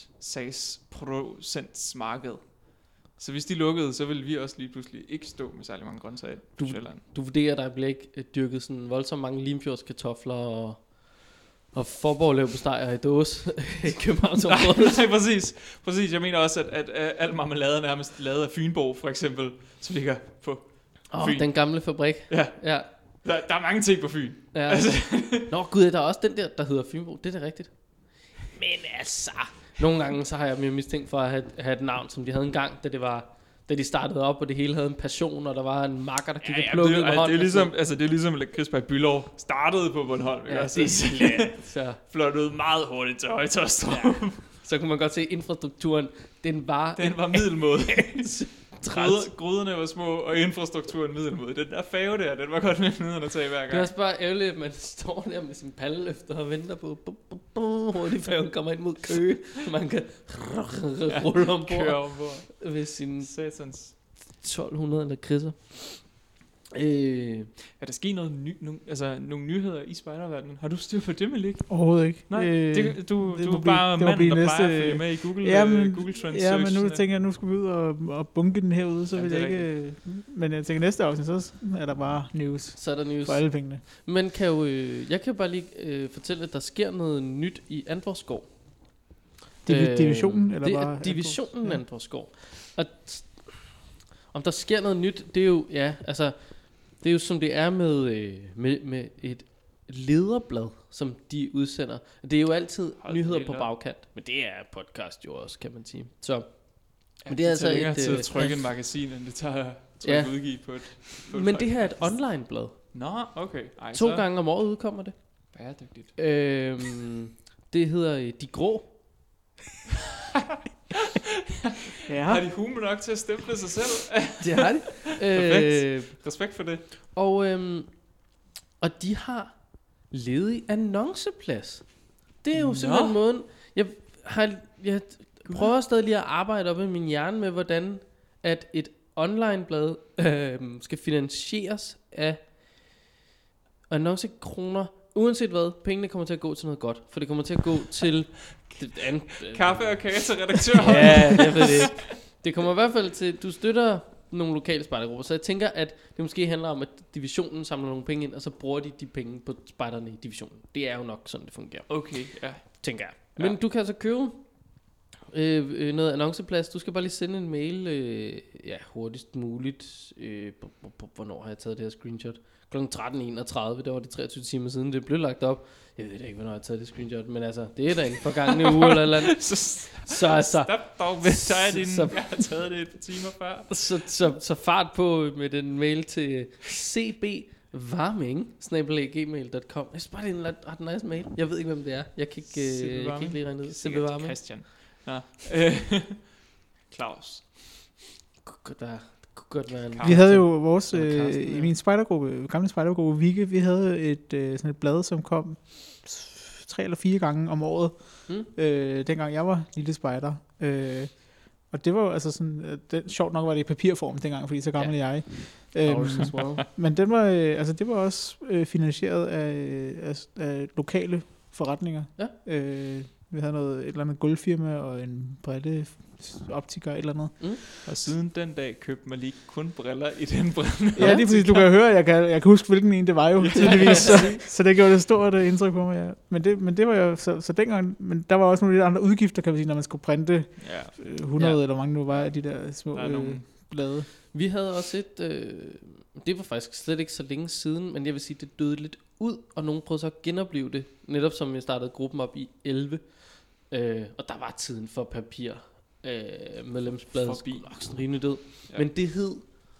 grøntsagsproducentsmarked. Så hvis de lukkede, så ville vi også lige pludselig ikke stå med særlig mange grøntsager på Sjælland. Du vurderer, der bliver ikke dyrket sådan voldsomt mange limfjordskartofler og forborglev på steger i dåse i Københavnsområdet. Nej, præcis. Jeg mener også, at al marmelade er nærmest lavet af Fynborg, for eksempel, som ligger på Fyn. Den gamle fabrik. Ja. Der er mange ting på Fyn. Ja. Altså. Nå gud, der er også den der hedder Fynborg. Det er da rigtigt. Men altså, nogle gange så har jeg mere mistænkt for at have et navn, som de havde engang, da de startede op, og det hele havde en passion, og der var en makker, der gik og plukkede med hånden. Det er ligesom Chris Bylov startede på Bornholm. Ja, så flyttede meget hurtigt til Høje-Taastrup. Ja. Så kunne man godt se, at infrastrukturen, den var middelmåde. Gryderne var små, og infrastrukturen middelmåde. Den der fave der, den var godt med nederen at tage hver gang. Det er også bare ærgerligt, at man står der med sin palleløfter og venter på, hurtigt faven kommer ind mod Køge, så man kan rulle ombord ved sin satans 1200 lakridser. Er der sket nogle nyheder i spejderverdenen? Har du styr på det, Malik? Overhovedet ikke. Nej, du er bare manden, der plejer at følge med i Google Trends. Ja, men nu tænker jeg, nu skal vi ud og bunke den herude, så vil jeg ikke... Men jeg tænker, næste afsnit, så er der bare news. Så er der news. For alle pengene. Men jeg kan bare lige fortælle, at der sker noget nyt i Antvorskov. Divisionen? Eller bare Divisionen Antvorskov. Og om der sker noget nyt, det er jo... Ja, altså... Det er jo som det er med et lederblad, som de udsender. Det er jo altid nyheder på bagkant, men det er podcast jo også, kan man sige. Så, men det er altså længere tid at trykke en magasin, end det tager at udgive på et men det her er et online-blad. Nå, okay. 2 gange om året udkommer det. Bæredygtigt. Det hedder De Grå. Ja. Har de humor nok til at stemple sig selv? Det har de. Respekt for det. Og de har ledig annonceplads. Det er jo simpelthen måden. Jeg prøver stadig lige at arbejde op i min hjerne med, hvordan at et onlineblad skal finansieres af annoncekroner. Uanset hvad, pengene kommer til at gå til noget godt. For det kommer til at gå til... Kaffe og kage til redaktøren. Ja, jeg ved det ikke. Det kommer i hvert fald til... Du støtter nogle lokale spejdergrupper, så jeg tænker, at det måske handler om, at divisionen samler nogle penge ind, og så bruger de penge på spejderne i divisionen. Det er jo nok sådan, det fungerer. Okay, ja. Tænker jeg. Men du kan altså købe noget annonceplads. Du skal bare lige sende en mail hurtigst muligt. Hvornår har jeg taget det her screenshot? Kl. 13.31, det var det 23 timer siden, det blev lagt op. Jeg ved ikke, hvornår jeg har taget det screenshot, men altså, det er da en forgangne uge eller andet. Så altså... Stop dog med dig, jeg har taget det et par timer før. Så fart på med den mail til cbvarming@gmail.com. Jeg synes bare, det er en ret nice mail. Jeg ved ikke, hvem det er. Jeg kan ikke lige regne ud. CB Varming. Christian. Ja. Claus. Vi havde jo vores i min spejdergruppe, gamle spejdergruppe Vigge, vi havde sådan et blad, som kom 3 eller 4 gange om året, dengang jeg var lille spejder. Og det var jo altså sådan, sjovt nok var det i papirform dengang, fordi så gammel er jeg. Men den var, det var også finansieret af lokale forretninger. Ja. Vi havde et eller andet gulvfirma og en brilleoptiker eller noget. Og siden den dag købte man lige kun briller i den brille. Ja, lige præcis. Du kan høre, jeg kan huske, hvilken en det var jo tydeligvis. Så det gjorde det stort indtryk på mig, ja. Men det var jo så dengang, men der var også nogle lidt andre udgifter, kan man sige, når man skulle printe 100 eller mange nu var af de der små blade. Vi havde også det var faktisk slet ikke så længe siden, men jeg vil sige, det døde lidt ud, og nogen prøvede så at genopleve det, netop som jeg startede gruppen op i 11. Og der var tiden for papir. Medlemsbladet skulle rimelig død. Ja. Men det hed...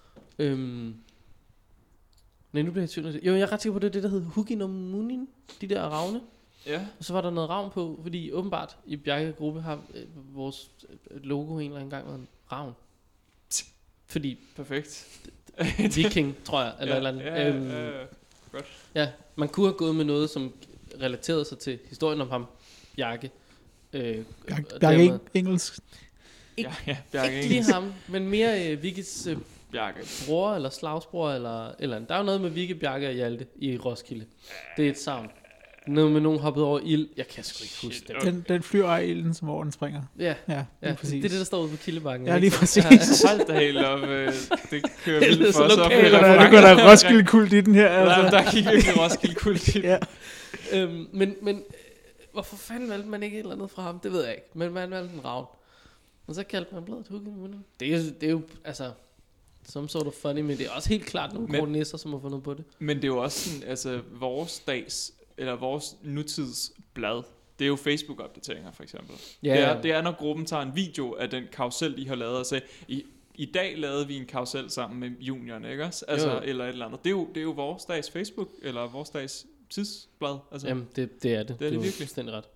nej, nu bliver jeg tvivl. Jo, jeg er ret sikker på det der hed Hugin og Munin, de der ravne. Ja. Og så var der noget ravn på, fordi åbenbart i Bjarke Gruppe har vores logo en eller anden gang været en ravn. Fordi perfekt. Viking, tror jeg, eller eller andet. Godt. Ja, man kunne have gået med noget, som relaterede sig til historien om ham, Bjarke. Bjarke engelsk. Ikke lige ham, men mere Vigges Bjarke bror eller slagsbror eller der er jo noget med Vigge, Bjarke og Hjalte i Roskilde. Det er et savn. Noget med nogen hoppet over ild. Jeg kan sgu ikke huske det. Den flyver af ilden, som over den springer. Ja, præcis. Det er det, der står ude på Kildebakken. Ja, lige præcis. Hold da helt op. Det kører vildt for os op. Nu går der Roskilde-kult i den her. Altså. Der gik virkelig Roskilde-kult i den. Ja. Men hvorfor fanden valgte man ikke et eller andet fra ham? Det ved jeg ikke. Men man valgte en ravn. Og så kaldte man bladet Hugin. Det er jo, altså... Som sort of funny, men det er også helt klart nogle kornisser, som har fundet på det. Men det er jo også sådan, altså vores nutidsblad, det er jo Facebook-opdateringer for eksempel. Det er når gruppen tager en video af den karusel, de har lavet, og siger, i dag lavede vi en karusel sammen med juniorerne, ikke også? Altså, eller et eller andet. Det er jo vores dags Facebook, eller vores dags tidsblad. Altså. Jamen, det er det. Det er det virkelig. Fuldstændig ret.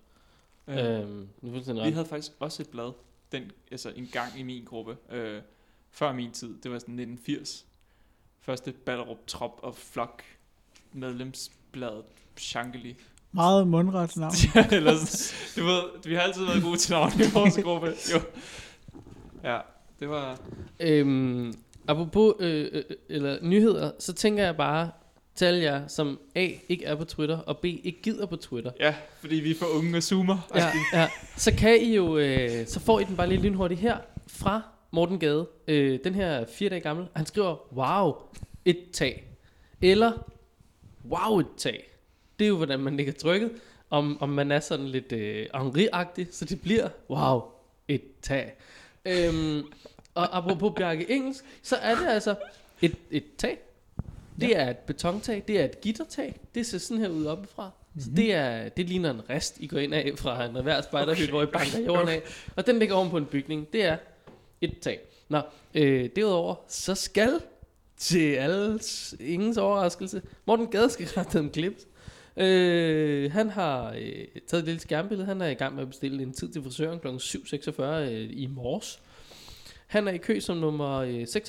Vi havde faktisk også et blad, en gang i min gruppe, før min tid, det var sådan 1980. Første Ballerup Trop og Flok medlemsbladet Shankeli. Meget mundret navn. Eller du ved, vi har altid været gode til navn i vores gruppe. Jo. Ja, det var... Apropos eller nyheder, så tænker jeg bare til alle jer, som A, ikke er på Twitter, og B, ikke gider på Twitter. Ja, fordi vi er for unge og zoomer. Ja, så kan I jo, så får I den bare lidt lynhurtigt her fra Morten Gade. Den her er 4 dage gammel. Han skriver, wow, et tag. Eller, wow, et tag. Det er jo, hvordan man lægger trykket. Om man er sådan lidt Henri-agtig, så det bliver, wow, et tag. Og apropos Bjarke engelsk, så er det altså et tag. Det er et betontag, det er et gittertag. Det ser sådan her ud oppefra. Så det ligner en rest, I går ind af fra en hver spejderhytte, hvor I banker jorden af. Og den ligger oven på en bygning. Det er et tag. Nå, derudover, så skal til alles ingens overraskelse, Morten Gade skal rette en klip. Han har taget et lille skærmbillede. Han er i gang med at bestille en tid til frisøren kl. 7.46 i morges. Han er i kø som nummer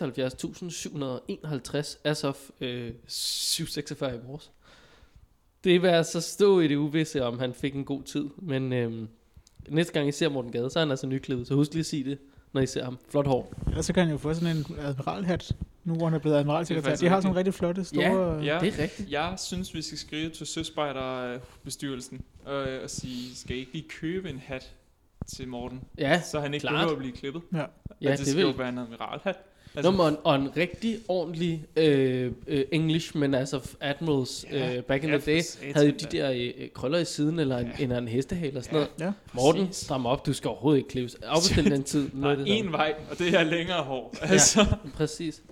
76.751 as of 7.46 i morges. Det vil altså stå i det uvisse, om han fik en god tid. Men næste gang I ser Morten Gade, så er han altså nyklippet. Så husk lige at sige det, når I ser ham. Flot hår. Ja, så kan han jo få sådan en admiralhat, nu hvor han er blevet admiralsekretær. De har sådan rigtig flotte, store... Ja, det er rigtigt. Jeg synes, vi skal skrive til Søspejderbestyrelsen og sige, skal I ikke lige købe en hat til Morten? Ja, så han ikke behøver at blive klippet. Ja, det skal jo være en admiralhat. Altså. Og en rigtig ordentlig Englishman, altså Admirals back in the day, havde jo de der krøller i siden, eller en hestehale eller sådan noget. Ja. Morten, stram op, du skal overhovedet ikke klippes. Afbestil den tid. Der er en vej, og det er længere hår. Altså. Ja, præcis.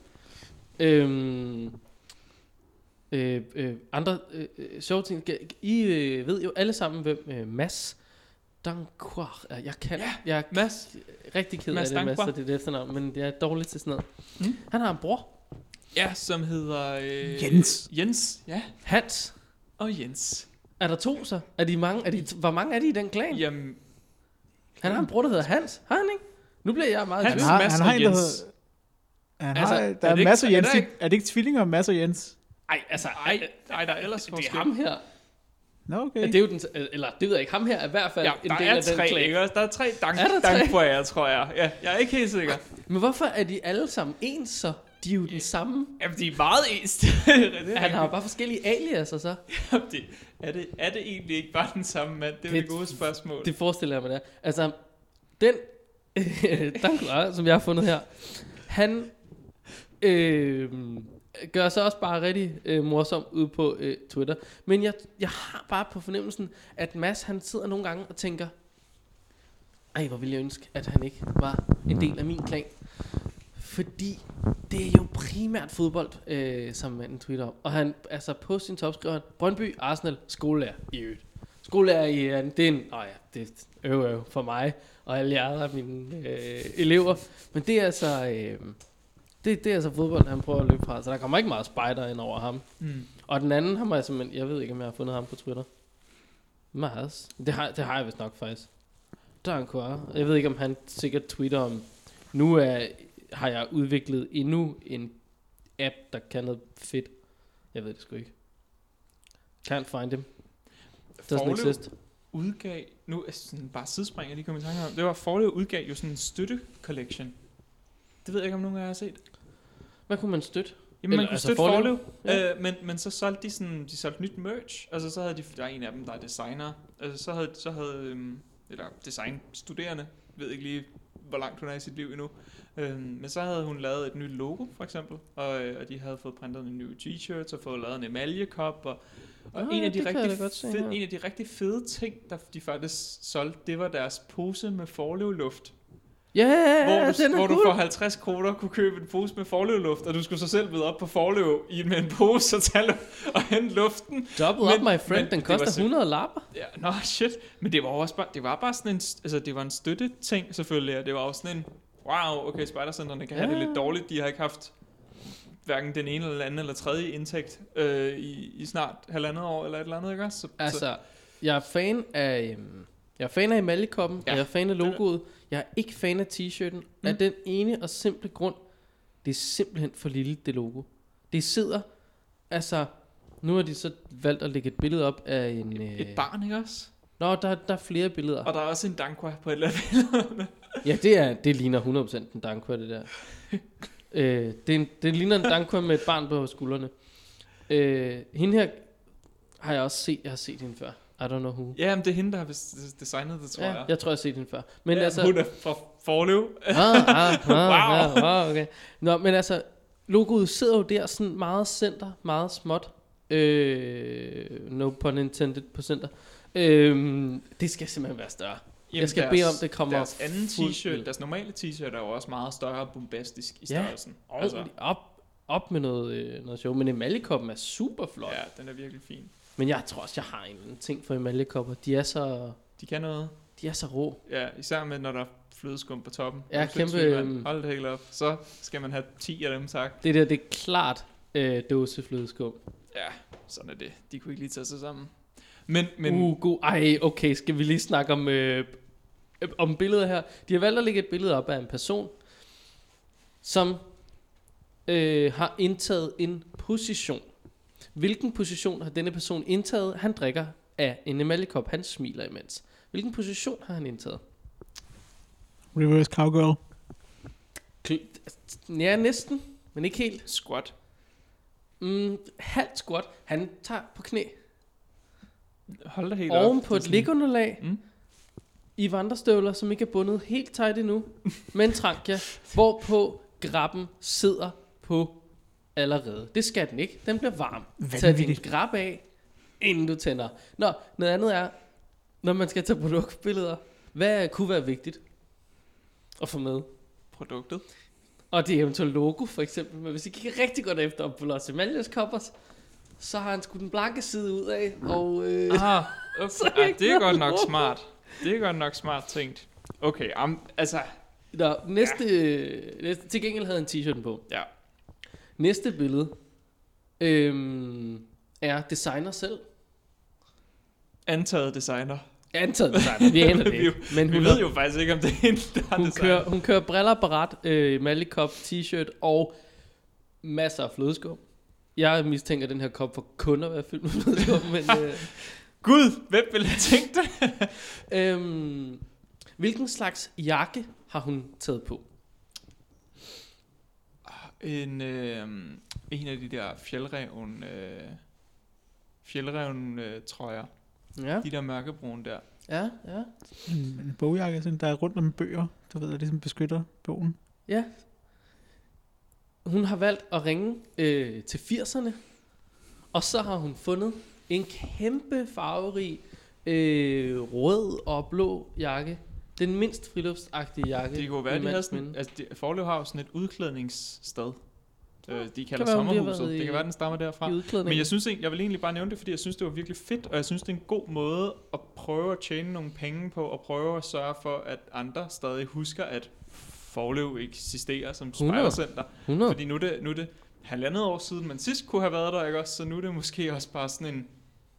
Andre sjove ting. I ved jo alle sammen, hvem Mads Dancourt. Jeg er Mads, rigtig ked af det, Mads, det er det efternavn, men jeg er dårlig til sådan noget. Han har en bror. Ja, som hedder... Jens, ja. Hans. Og Jens. Er der to så? Er de mange? Hvor mange er de i den klan? Jamen... Han har en bror, der hedder Hans. Har han ikke? Nu bliver jeg meget... Hans, Mads og Jens. Der er masser af Jens. Er det ikke tvillinger Mads og Jens? Ej, der er ellers det er ham her. Nå, okay. Det er jo den, eller det ved jeg ikke, ham her er i hvert fald en del af den klan. Der er 3 Dankboyer, tror jeg. Ja, jeg er ikke helt sikker. Men hvorfor er de alle sammen ens så? De er jo den samme. Jamen, de er meget ens. Han har jo bare forskellige aliaser så. Jamen, er det egentlig ikke bare den samme mand? Det er jo et godt spørgsmål. Det forestiller jeg mig der. Altså, den Dankboyer, som jeg har fundet her, han gør sig også bare rigtig morsom ude på Twitter. Men jeg har bare på fornemmelsen, at Mads han sidder nogle gange og tænker, ej hvor ville jeg ønske, at han ikke var en del af min klan. Fordi det er jo primært fodbold, som manden tweeter om. Og han, altså på sin topskriver, Brøndby, Arsenal, skolelærer i øvrigt. Skolelærer i, det er en, det er for mig, og alle jer af mine elever. Men det er altså, det er altså fodbold, han prøver at løbe fra. Så der kommer ikke meget spider ind over ham. Og den anden, ham er simpelthen, jeg ved ikke, om jeg har fundet ham på Twitter. Meget. Det har jeg vist nok faktisk. Der er en kvar. Jeg ved ikke, om han sikkert tweeter om, nu har jeg udviklet endnu en app, der kan noget fedt. Jeg ved det sgu ikke. Can't find him. Doesn't exist. Udgav, nu er sådan bare sidespring, jeg lige kom i tanke om. Det var Forlev udgav jo sådan en støtte-collection. Det ved jeg ikke, om nogen af jer har set. Hvad kunne man støtte? Jamen man kunne altså støtte Forlev, ja. Men så solgte de sådan, de solgte nyt merch. Altså så havde der er en af dem, der er designer. Altså så havde eller designstuderende, ved ikke lige, hvor langt hun er i sit liv endnu. Men så havde hun lavet et nyt logo, for eksempel. Og de havde fået printet en ny t-shirt, og fået lavet en emaljekop. Og en af de rigtig fede ting, der de faktisk solgte, det var deres pose med Forlev-luft. Hvor du for 50 kroner kunne købe en pose med Forlev-luft, og du skulle så selv møde op på Forlev med en pose og hente luften. Double up, my friend. Den koster 100 lapper. Ja, shit. Men det var også bare, det var bare sådan en, altså det var en støtteting selvfølgelig, og det var også sådan en, wow, okay, spejdercentrene kan have det lidt dårligt. De har ikke haft hverken den ene eller anden eller tredje indtægt i snart 1,5 år eller et eller andet, ikke også? Altså, jeg er fan af emaljekoppen, jeg er fan af logoet. Jeg er ikke fan af t-shirten af den ene og simple grund. Det er simpelthen for lille, det logo. Det sidder, altså, nu har de så valgt at lægge et billede op af et barn, ikke også? Nå, der er flere billeder. Og der er også en Dankwa på et eller andet. Ja, det ligner 100% en Dankwa, det der. Det ligner en Dankwa med et barn på skuldrene. Hende her har jeg også set. Jeg har set hende før. I don't know who. Ja, men det er hende, der har designet det, tror jeg. Jeg tror, jeg har set hende før. Men ja, altså, hun er fra Forlev. Wow. Okay. Nå, men altså, logoet sidder jo der sådan meget center, meget småt. No pun intended på center. Det skal simpelthen være større. Jamen, jeg skal bede om, det kommer. Deres anden t-shirt, deres normale t-shirt er jo også meget større og bombastisk i størrelsen. Ja, altså. Op med noget show. Men emaljekoppen er super flot. Ja, den er virkelig fin. Men jeg tror også, jeg har en ting for emaljekopper. De kan noget. De er så rå. Ja, især med, når der er flødeskum på toppen. Ja, kæmpe. Hold det helt op. Så skal man have 10 af dem, tak. Det er klart dåseflødeskum. Ja, sådan er det. De kunne ikke lige tage sig sammen. Men god. Ej, okay, skal vi lige snakke om billedet her. De har valgt at lægge et billede op af en person, som har indtaget en position. Hvilken position har denne person indtaget? Han drikker af en emaljekop. Han smiler imens. Hvilken position har han indtaget? Reverse cowgirl. Ja, næsten, men ikke helt. Squat. Halvt squat. Han tager på knæ. Hold da helt op. Oven på et ligunderlag. I vandrestøvler, som ikke er bundet helt tight endnu. Men trankia, hvorpå grabben sidder på allerede. Det skal den ikke. Den bliver varm. Tag din grab af, inden du tænder. Nå, noget andet er, når man skal tage produktbilleder, hvad kunne være vigtigt at få med? Produktet. Og det er eventuelt logo, for eksempel. Men hvis I kigger rigtig godt efter på Los Emaljes koppers, så har han sgu den blanke side ud af. Og, okay. Det er godt nok smart. Det er godt nok smart tænkt. Okay, altså. Nå, næste, til gengæld havde han t-shirten på. Ja. Næste billede er designer selv. Antaget designer. Vi aner det ikke. Men vi ved jo faktisk ikke, om det er hende, der har designer. Hun kører briller på ret, maljekop, t-shirt og masser af flødeskum. Jeg mistænker den her kop for kun at være fyldt med flødeskum, men... Gud, hvem ville have tænkt det? Hvilken slags jakke har hun taget på? En af de der fjeldreven trøjer. Ja. De der mørkebrune der. Ja. En bogjakke, der er rundt om bøger, du ved, der ligesom beskytter bogen. Ja. Hun har valgt at ringe til 80'erne, og så har hun fundet en kæmpe farverig rød og blå jakke. Den mindst friluftsagtige jakke. Det kunne være, de havde sådan, altså Forlev har jo sådan et udklædningssted. De kalder sommerhuset. Det kan være, den stammer derfra. Men jeg vil egentlig bare nævne det, fordi jeg synes, det var virkelig fedt, og jeg synes, det er en god måde at prøve at tjene nogle penge på, og prøve at sørge for, at andre stadig husker, at Forlev eksisterer som spejdercenter. Fordi nu er det 1,5 år siden, man sidst kunne have været der, ikke også? Så nu er det måske også bare sådan en...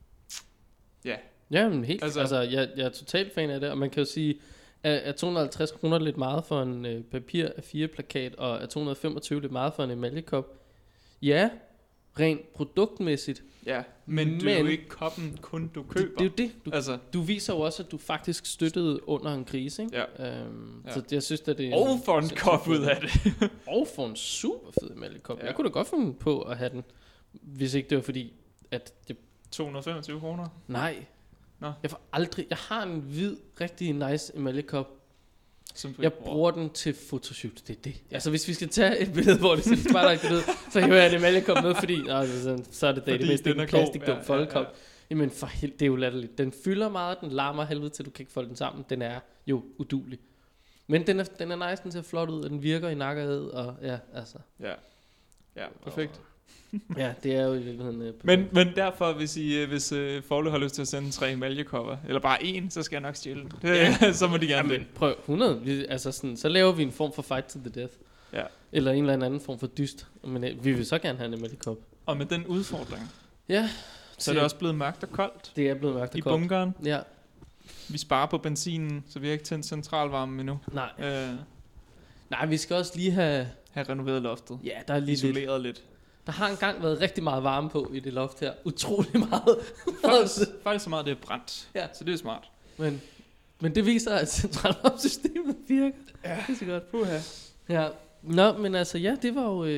Ja, men helt. Altså jeg er totalt fan af det, og man kan jo sige, at 250 kroner lidt meget for en papir A4-plakat, og er 225 lidt meget for en emaljekop. Ja, rent produktmæssigt. Ja, men det er jo ikke koppen kun du køber. Det er jo det. Du viser jo også, at du faktisk støttede under en krise, ikke? Ja. Så jeg synes, at det er... Og for en kop ud af det. Og for en super fed emaljekop. Ja. Jeg kunne da godt finde på at have den, hvis ikke det var fordi, at det... 225 kroner? Nej. Nå. Jeg har en hvid, rigtig nice emaljekop. Jeg bruger den til photoshoot. Det er det. Ja. Altså hvis vi skal tage et billede, hvor det ser spejderagtigt ud, så kan jeg en emaljekop med, fordi så er det mest en plastikdum foldekop. Jamen for det er jo latterligt. Den fylder meget, den larmer helvede til, du kan ikke folde den sammen. Den er jo uduelig. Men den er nice, den ser flot ud, og den virker i nakkerhed, og ja, altså. Ja, perfekt. Ja, det er jo i virkeligheden... Men derfor, hvis Forlev har lyst til at sende 3 emaljekopper, eller bare 1, så skal jeg nok stjæle den. Så må de gerne det. Prøv 100. Så laver vi en form for fight to the death. Ja. Eller en eller anden form for dyst. Men vi vil så gerne have en emaljekop. Og med den udfordring. Ja. Så er det også blevet mørkt og koldt. Det er blevet mørkt og koldt. I bunkeren. Ja. Vi sparer på benzinen, så vi har ikke tændt centralvarme endnu. Nej. Nej, vi skal også lige have renoveret loftet. Ja, der er lige isoleret lidt. Der har engang været rigtig meget varme på i det loft her. Utrolig meget. Faktisk så meget, det er brændt. Ja. Så det er smart. Men det viser, at centralvarmesystemet virker. Ja. Det er så godt. Puha. Ja. Nå, men altså, ja, det var jo...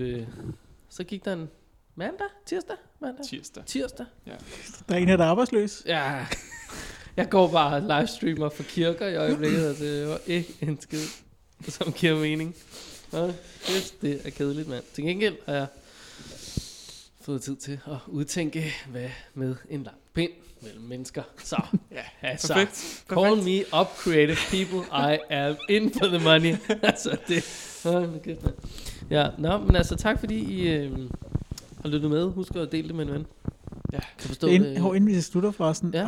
så gik der en tirsdag. Ja. Der er en her, der er arbejdsløs. Ja. Jeg går bare livestreamer for kirker i øjeblikket, og det var ikke en skid, som giver mening. Det er kedeligt, mand. Til gengæld har jeg fået tid til at udtænke, hvad med en lang pind mellem mennesker. Så, altså, perfekt. Call me up, creative people. I am in for the money. Altså, det. Ja, men altså, tak fordi I har lyttet med. Husk at dele det med en ven. Ja. Kan forstå inden vi slutter forresten. Ja,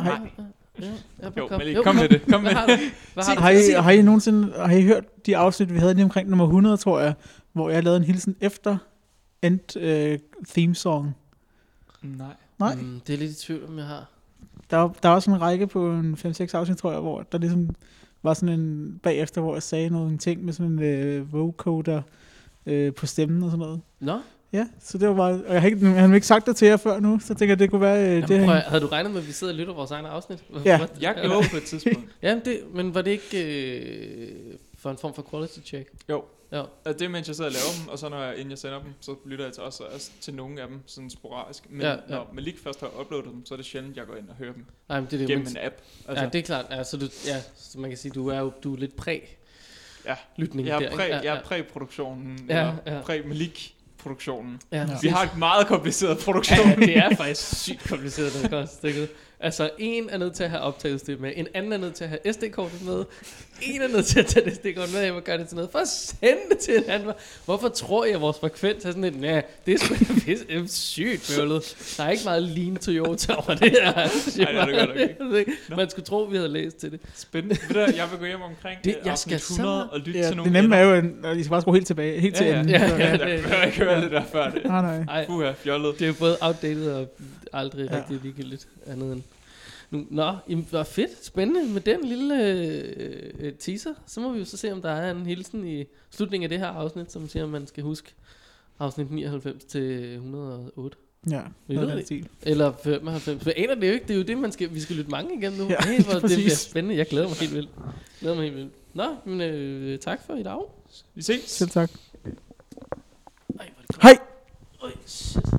kom med det. Kom med det. Har I hørt de afsnit, vi havde lige omkring nummer 100, tror jeg, hvor jeg lavede en hilsen efter end theme song? Nej. Det er lidt i tvivl, om jeg har. Der er også en række på en 5-6 afsnit, tror jeg, hvor der ligesom var sådan en bagefter, hvor jeg sagde nogle ting med sådan en vocoder på stemmen og sådan noget. Nå? Ja, så det var bare... Og han har ikke sagt det til jer før nu, så tænker jeg, det kunne være... Jamen, havde du regnet med, at vi sidder og lytter vores egne afsnit? Ja. Jeg gjorde på et tidspunkt. Ja, men var det ikke for en form for quality check? Jo. Det er mens jeg sidder og laver dem, og så inden jeg sender dem, så lytter jeg til også til nogle af dem sådan sporadisk. Men når Malik først har uploadet dem, så er det sjældent, jeg går ind og hører dem. Nej, men det gennem en app. Altså. Ja, det er klart. Så man kan sige, du er lidt lytning jeg der. Jeg er præproduktionen, eller præ-Malik produktionen. Ja. Vi har et meget kompliceret produktion. Ja, det er faktisk sygt kompliceret, det er stikket. Altså, en er nødt til at have optagelsesstyr med, en anden er nødt til at have SD-kortet med, en er nødt til at tage det SD-kort med hjem og gøre det til noget, for at sende det til en anden. Hvorfor tror jeg, at vores frekvens er sådan lidt, det er sgu sygt bøvlet. Der er ikke meget lean Toyota over det her. Nej, det er det godt ikke. Man skulle tro, vi havde læst til det. Spændende. Jeg vil gå hjem omkring det, jeg skal 100 og lytte til nogle. Det nemme er jo, at I skal bare skrue helt tilbage, helt til enden. Jeg behøver ikke høre det der før det. Nej. Puha, fjollet. Det er jo både outdated og aldrig rigtig ligegyldigt andet end. Det var fedt, spændende med den lille teaser. Så må vi jo så se, om der er en hilsen i slutningen af det her afsnit, som siger, at man skal huske afsnit 99 til 108. Ja, det. Eller 95. For aner det jo ikke, det er jo det, vi skal lytte mange igen nu. Ja, det bliver spændende, jeg glæder mig helt vildt. Nå, men tak for i dag. Vi ses. Selv tak. Ej, hej! Shit.